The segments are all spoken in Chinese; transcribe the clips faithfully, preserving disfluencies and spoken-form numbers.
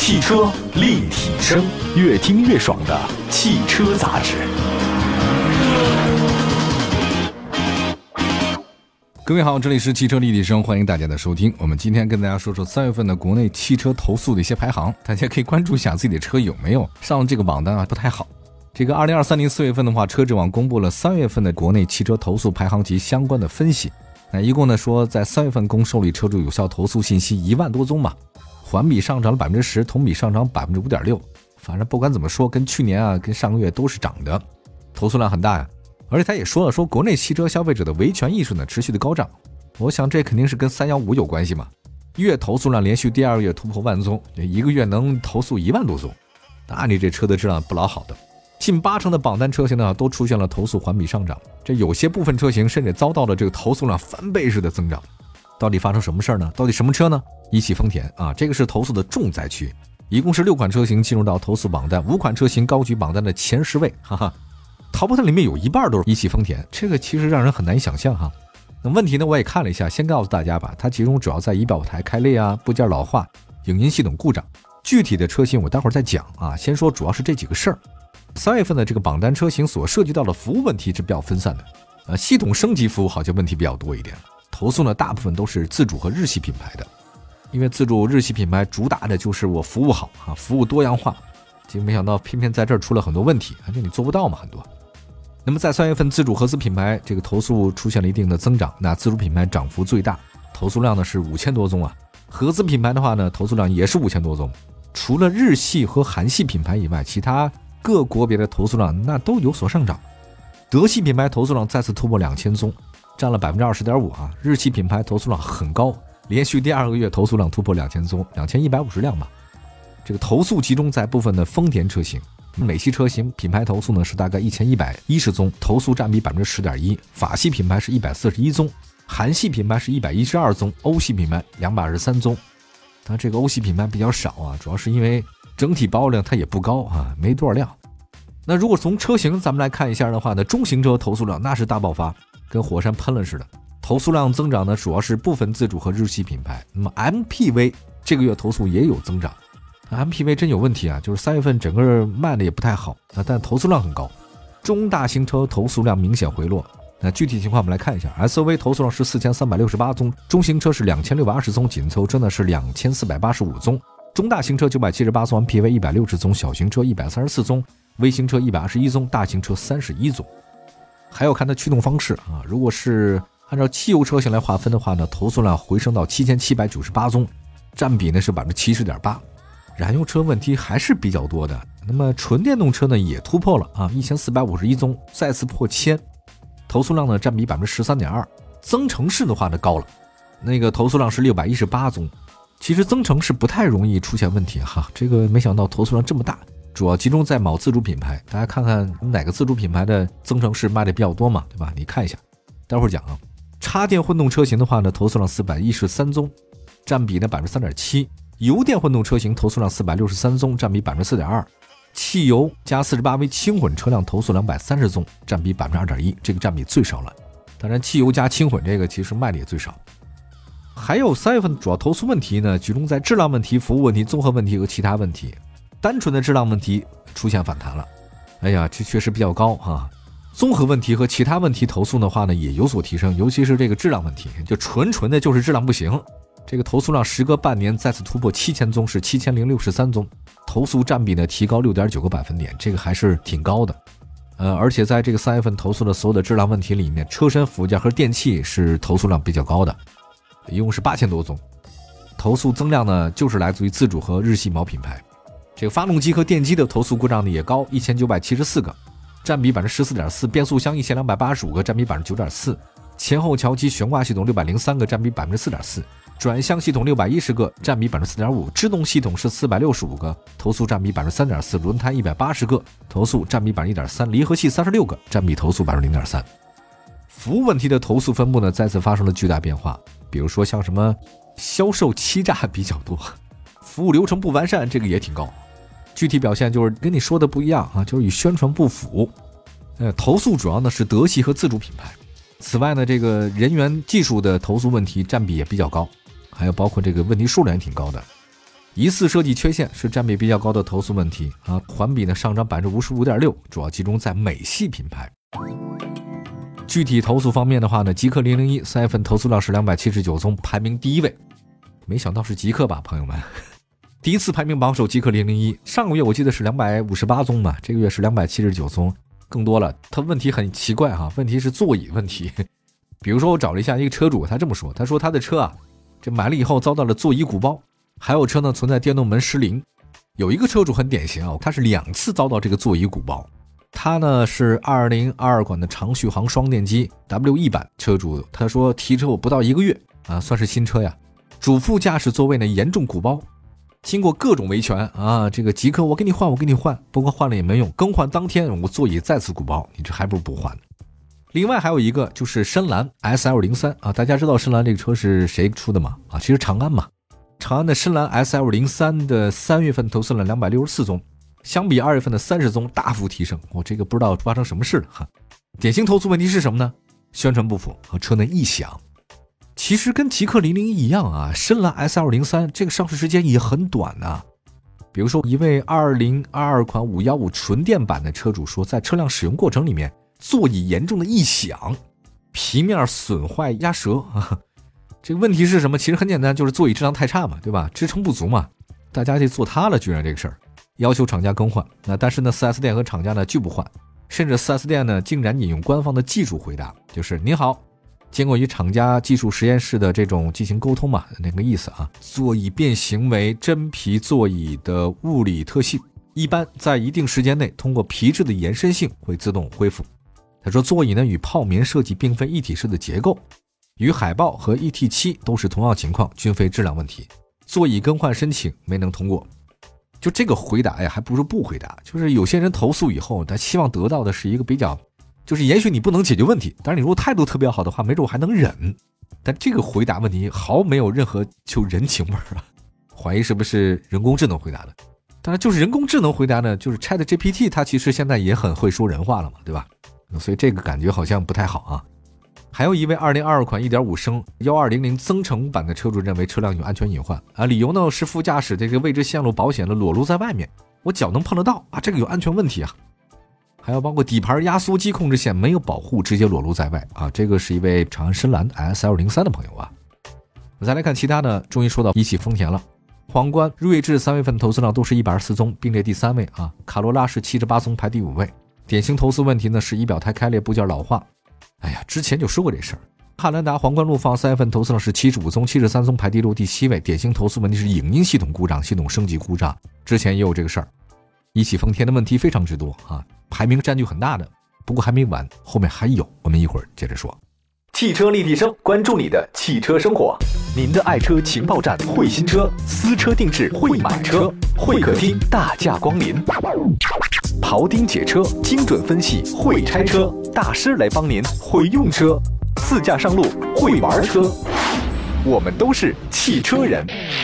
汽车立体声，越听越爽的汽车杂志。 各位好，这里是汽车立体声，欢迎大家的收听。我们今天跟大家说说三月份的国内汽车投诉的一些排行，大家可以关注一下自己的车有没有上这个榜单啊，不太好。这个二零二三年四月份的话，车之网公布了三月份的国内汽车投诉排行及相关的分析。那一共呢说，在三月份共受理车主有效投诉信息一万多宗吧，环比上涨了百分之十，同比上涨百分之五点六。反正不管怎么说，跟去年啊，跟上个月都是涨的，投诉量很大呀。而且他也说了，说国内汽车消费者的维权意识呢持续的高涨。我想这肯定是跟三一五有关系嘛。月投诉量连续第二个月突破万宗，一个月能投诉一万多宗，那你这车的质量不老好的。近八成的榜单车型呢都出现了投诉环比上涨，这有些部分车型甚至遭到了这个投诉量翻倍式的增长。到底发生什么事呢？到底什么车呢？一汽丰田啊，这个是投诉的重灾区，一共是六款车型进入到投诉榜单，五款车型高居榜单的前十位，哈哈。淘宝它里面有一半都是一汽丰田，这个其实让人很难以想象哈。那问题呢，我也看了一下，先告诉大家吧，它其中主要在仪表台开裂啊、部件老化、影音系统故障，具体的车型我待会儿再讲啊。先说主要是这几个事儿。三月份的这个榜单车型所涉及到的服务问题是比较分散的，呃，系统升级服务好像问题比较多一点。投诉呢，大部分都是自主和日系品牌的，因为自主日系品牌主打的就是我服务好啊，服务多样化，结果没想到偏偏在这儿出了很多问题，就你做不到嘛，很多。那么在三月份自主合资品牌这个投诉出现了一定的增长，那自主品牌涨幅最大，投诉量呢是五千多宗啊。合资品牌的话呢，投诉量也是五千多宗。除了日系和韩系品牌以外，其他各国别的投诉量那都有所上涨。德系品牌投诉量再次突破两千宗，占了 百分之二十点五 啊。日系品牌投诉量很高，连续第二个月投诉量突破两千宗，两千一百五十辆吧。这个投诉集中在部分的丰田车型，美系车型品牌投诉呢是大概一千一百一十宗，投诉占比 百分之十点一。法系品牌是一百四十一宗，韩系品牌是一百一十二宗，欧系品牌两百二十三宗。但这个欧系品牌比较少啊，主要是因为整体保有量它也不高啊，没多少辆。那如果从车型咱们来看一下的话呢，中型车投诉量那是大爆发，跟火山喷了似的。投诉量增长呢主要是部分自主和日系品牌。那么 M P V 这个月投诉也有增长。M P V 真有问题啊，就是三月份整个卖的也不太好啊，但投诉量很高。中大型车投诉量明显回落，那具体情况我们来看一下。 S U V 投诉量是四千三百六十八宗，中型车是两千六百二十宗，紧凑车呢是两千四百八十五宗，中大型车九百七十八宗， M P V 一百六十宗，小型车一百三十四宗，微型车一百二十一宗，大型车三十一宗。还有看它驱动方式啊，如果是按照汽油车型来划分的话呢，投诉量回升到七千七百九十八宗，占比呢是 百分之七十点八。燃油车问题还是比较多的，那么纯电动车呢也突破了啊，一千四百五十一宗，再次破千，投诉量呢占比 百分之十三点二。增程式的话呢高了，那个投诉量是六百一十八宗。其实增程式不太容易出现问题哈，这个没想到投诉量这么大，主要集中在某自主品牌。大家看看哪个自主品牌的增程式卖的比较多嘛，对吧？你看一下，待会儿讲啊。插电混动车型的话呢，投诉量四百一十三宗，占比呢 百分之三点七。油电混动车型投诉量四百六十三宗，占比 百分之四点二。汽油加 四十八 V 轻混车辆投诉两百三十宗，占比 百分之二点一， 这个占比最少了。当然汽油加轻混这个其实卖的也最少。还有三月份主要投诉问题呢，集中在质量问题、服务问题、综合问题和其他问题。单纯的质量问题出现反弹了，哎呀，这确实比较高啊。综合问题和其他问题投诉的话呢，也有所提升，尤其是这个质量问题，就纯纯的就是质量不行。这个投诉量时隔半年再次突破七千宗，是七千零六十三宗，投诉占比呢提高 六点九 个百分点，这个还是挺高的。呃，而且在这个三月份投诉的所有的质量问题里面，车身附件和电器是投诉量比较高的，一共是八千多宗。投诉增量呢就是来自于自主和日系某品牌。这个发动机和电机的投诉故障呢也高，一千九百七十四个，占比 百分之十四点四。 变速箱一千两百八十五个，占比 百分之九点四。前后桥机悬挂系统六百零三个，占比 百分之四点四。转向系统六百一十个，占比 百分之四点五。制动系统是四百六十五个，投诉占比 百分之三点四。轮胎一百八十个，投诉占比 百分之一点三。离合器三十六个，占比投诉 百分之零点三。服务问题的投诉分布呢再次发生了巨大变化，比如说像什么销售欺诈比较多，服务流程不完善，这个也挺高。具体表现就是跟你说的不一样啊，就是与宣传不符。呃，投诉主要呢是德系和自主品牌。此外呢，这个人员技术的投诉问题占比也比较高，还有包括这个问题数量也挺高的。 疑似设计缺陷是占比比较高的投诉问题啊，环比呢上涨 百分之五十五点六， 主要集中在美系品牌。具体投诉方面的话呢，极氪零零一三月份投诉量是两百七十九宗，排名第一位。没想到是极氪吧，朋友们。第一次排名榜首极氪零零一，上个月我记得是两百五十八宗嘛，这个月是两百七十九宗，更多了。它问题很奇怪哈，问题是座椅问题。比如说我找了一下一个车主，他这么说，他说他的车啊，这买了以后遭到了座椅鼓包，还有车呢存在电动门失灵。有一个车主很典型啊，他是两次遭到这个座椅鼓包。他呢是二零二二款的长续航双电机 W E 版车主，他说提车我不到一个月啊，算是新车呀。主副驾驶座位呢严重鼓包，经过各种维权啊，这个极氪我给你换我给你换，不过换了也没用，更换当天我座椅再次鼓包，你这还不如不换。另外还有一个就是深蓝 S L 零三 啊，大家知道深蓝这个车是谁出的吗？啊，其实长安嘛，长安的深蓝 S L 零三 的三月份投诉了两百六十四宗，相比二月份的三十宗大幅提升。我、哦、这个不知道发生什么事了哈。典型投诉问题是什么呢？宣传不符和车内异响。其实跟极氪零零一一样啊，深蓝 S L 零三 这个上市时间也很短啊。比如说一位二零二二款五一五纯电版的车主说，在车辆使用过程里面座椅严重的异响，皮面损坏压折啊。这个问题是什么？其实很简单，就是座椅质量太差嘛，对吧？支撑不足嘛，大家就坐塌了，居然这个事儿，要求厂家更换。那但是呢 四 S 店和厂家呢拒不换，甚至 四 S 店呢竟然引用官方的技术回答，就是您好，经过与厂家技术实验室的这种进行沟通嘛，那个意思啊，座椅变形为真皮座椅的物理特性，一般在一定时间内通过皮质的延伸性会自动恢复。他说座椅呢与泡棉设计并非一体式的结构，与海豹和 E T 七 都是同样情况，均非质量问题，座椅更换申请没能通过。就这个回答呀，还不如不回答。就是有些人投诉以后，他希望得到的是一个比较，就是也许你不能解决问题，但是你如果态度特别好的话，没准我还能忍。但这个回答问题毫没有任何就人情味儿啊，怀疑是不是人工智能回答的。当然就是人工智能回答呢，就是 ChatGPT 它其实现在也很会说人话了嘛，对吧？所以这个感觉好像不太好啊。还有一位二零二二款 一点五 升一二零零增程版的车主认为车辆有安全隐患啊，理由呢是副驾驶这个位置线路保险的裸露在外面，我脚能碰得到啊，这个有安全问题啊。还有包括底盘压缩机控制线没有保护，直接裸露在外啊，这个是一位长安深蓝 S L 零三 的朋友啊。我再来看其他的，终于说到一汽丰田了。皇冠、锐志三月份投诉量都是一百二十四宗，并列第三位啊。卡罗拉是七十八宗，排第五位。典型投诉问题呢是仪表台开裂、部件老化。哎呀，之前就说过这事儿。汉兰达皇冠陆放三月份投诉量是七十五宗，七十三宗，排第六、第七位。典型投诉问题是影音系统故障、系统升级故障，之前也有这个事儿。一汽丰田的问题非常之多啊，排名占据很大的。不过还没完，后面还有，我们一会儿接着说。 汽车立体声，关注你的汽车生活。您的爱车情报站，会新车，私车定制，会买车，会客厅大驾光临。庖丁解车，精准分析，会拆车，大师来帮您会用车，自驾上路会玩车，我们都是汽车人。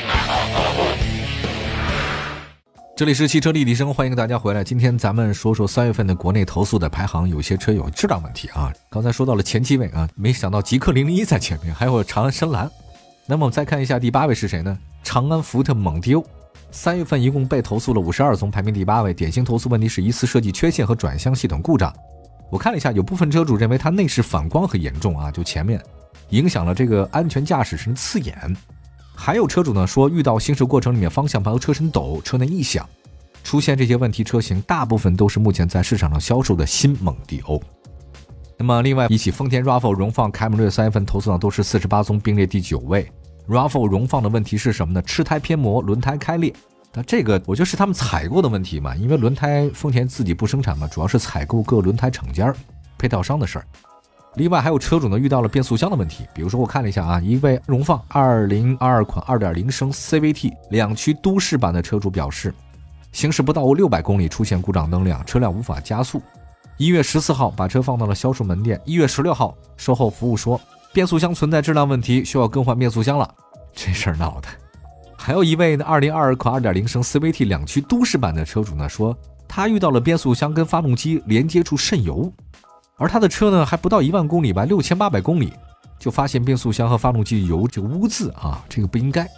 这里是汽车立体声，欢迎大家回来。今天咱们说说三月份的国内投诉的排行，有些车有质量问题啊。刚才说到了前七位啊，没想到极氪零零一在前面，还有长安深蓝。那么我们再看一下第八位是谁呢？长安福特蒙迪欧。三月份一共被投诉了五十二宗，排名第八位。典型投诉问题是疑似设计缺陷和转向系统故障。我看了一下，有部分车主认为它内饰反光很严重啊，就前面影响了这个安全驾驶时刺眼。还有车主呢说，遇到行驶过程里面方向盘和车身抖、车内异响，出现这些问题车型大部分都是目前在市场上销售的新蒙迪欧。那么另外一起丰田 R A V 荣放、凯美瑞三月份投诉量都是四十八宗，并列第九位。 R A V 荣放的问题是什么呢？吃胎偏磨、轮胎开裂。那这个我觉得是他们采购的问题嘛，因为轮胎丰田自己不生产嘛，主要是采购各轮胎厂家配套商的事儿。另外还有车主呢遇到了变速箱的问题，比如说我看了一下啊，一位荣放二零二二款 二点零 升 C V T 两驱都市版的车主表示，行驶不到六百公里出现故障灯亮，车辆无法加速。一月十四号把车放到了销售门店，一月十六号售后服务说变速箱存在质量问题，需要更换变速箱了。这事儿闹的。还有一位呢二零二二款 二点零 升 C V T 两驱都市版的车主呢说，他遇到了变速箱跟发动机连接处渗油，而他的车呢还不到一万公里吧，六千八百公里就发现变速箱和发动机有这个污渍啊，这个不应该。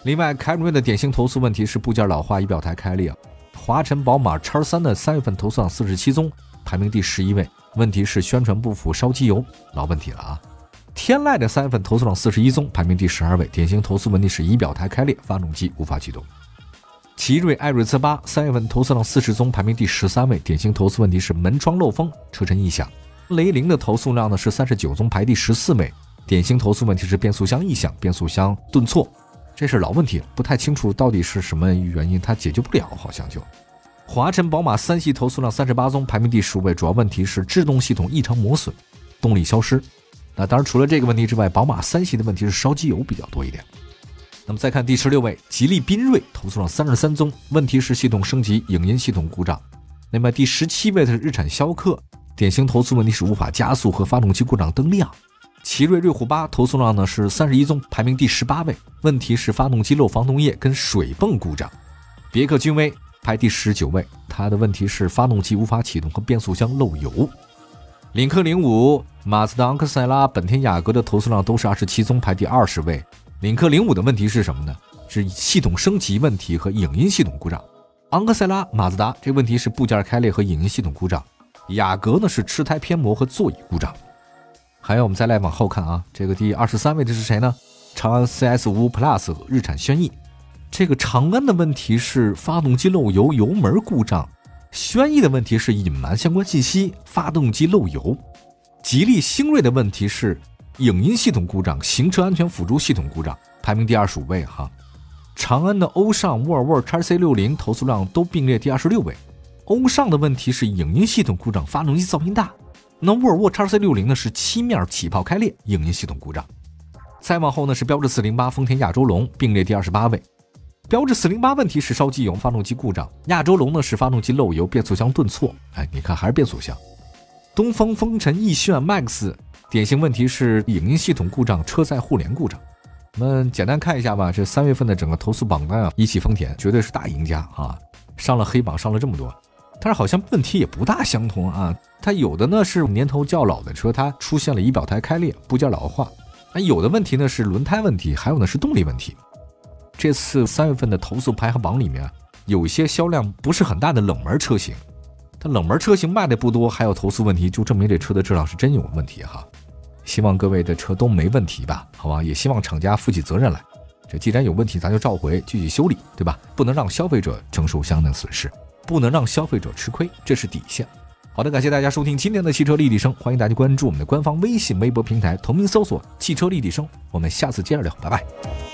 另外，凯美瑞的典型投诉问题是部件老化、仪表台开裂。华晨宝马 X 三 的三月份投诉量四十七宗，排名第十一位，问题是宣传不符、烧机油，老问题了啊。天籁的三月份投诉量四十一宗，排名第十二位，典型投诉问题是仪表台开裂，发动机无法启动。奇瑞艾瑞泽八三月份投诉量四十宗，排名第十三位，典型投诉问题是门窗漏风、车身异响。雷凌的投诉量呢是三十九宗，排第十四位，典型投诉问题是变速箱异响、变速箱顿挫，这是老问题了，不太清楚到底是什么原因，它解决不了，好像就。华晨宝马三系投诉量三十八宗，排名第十五位，主要问题是制动系统异常磨损、动力消失。那当然除了这个问题之外，宝马三系的问题是烧机油比较多一点。那么再看第十六位，吉利缤瑞投诉量三十三宗，问题是系统升级、影音系统故障。那么第十七位的是日产逍客，典型投诉问题是无法加速和发动机故障灯亮。奇瑞瑞虎八投诉量呢是三十一宗，排名第十八位，问题是发动机漏防冻液跟水泵故障。别克君威排第十九位，它的问题是发动机无法启动和变速箱漏油。领克零五、马自达昂克赛拉、本田雅阁的投诉量都是二十七宗，排第二十位。领克零五的问题是什么呢？是系统升级问题和影音系统故障。昂克赛拉、马自达这问题是部件开裂和影音系统故障。雅阁呢是吃胎偏磨和座椅故障。还有我们再来往后看啊，这个第二十三位的是谁呢？长安 C S 五 Plus 和日产轩逸。这个长安的问题是发动机漏油、油门故障。轩逸的问题是隐瞒相关信息、发动机漏油。吉利星瑞的问题是影音系统故障、行车安全辅助系统故障，排名第二十五位哈。长安的欧尚、沃尔沃 X C 六十 投诉量都并列第二十六位。欧尚的问题是影音系统故障、发动机噪音大。那沃尔沃 X C 六十 呢是漆面起泡开裂，影音系统故障。再往后呢是标致四零八、丰田亚洲龙并列第二十八位。标致四零八问题是烧机油、发动机故障，亚洲龙呢是发动机漏油、变速箱顿挫。哎，你看还是变速箱。东风风尘奕炫 Max 典型问题是影音系统故障、车载互联故障。我们简单看一下吧，这三月份的整个投诉榜单啊，一汽丰田绝对是大赢家啊，上了黑榜，上了这么多。但是好像问题也不大相同啊，它有的呢是年头较老的车，它出现了仪表台开裂、部件老化，那有的问题呢是轮胎问题，还有呢是动力问题。这次三月份的投诉排行榜里面，有一些销量不是很大的冷门车型，它冷门车型卖的不多，还有投诉问题，就证明这车的质量是真有问题哈。希望各位的车都没问题吧，好吧？也希望厂家负起责任来，这既然有问题，咱就召回，继续修理，对吧？不能让消费者承受相应的损失，不能让消费者吃亏，这是底线。好的，感谢大家收听今天的汽车立体声，欢迎大家关注我们的官方微信、微博平台，同名搜索汽车立体声。我们下次接着聊，拜拜。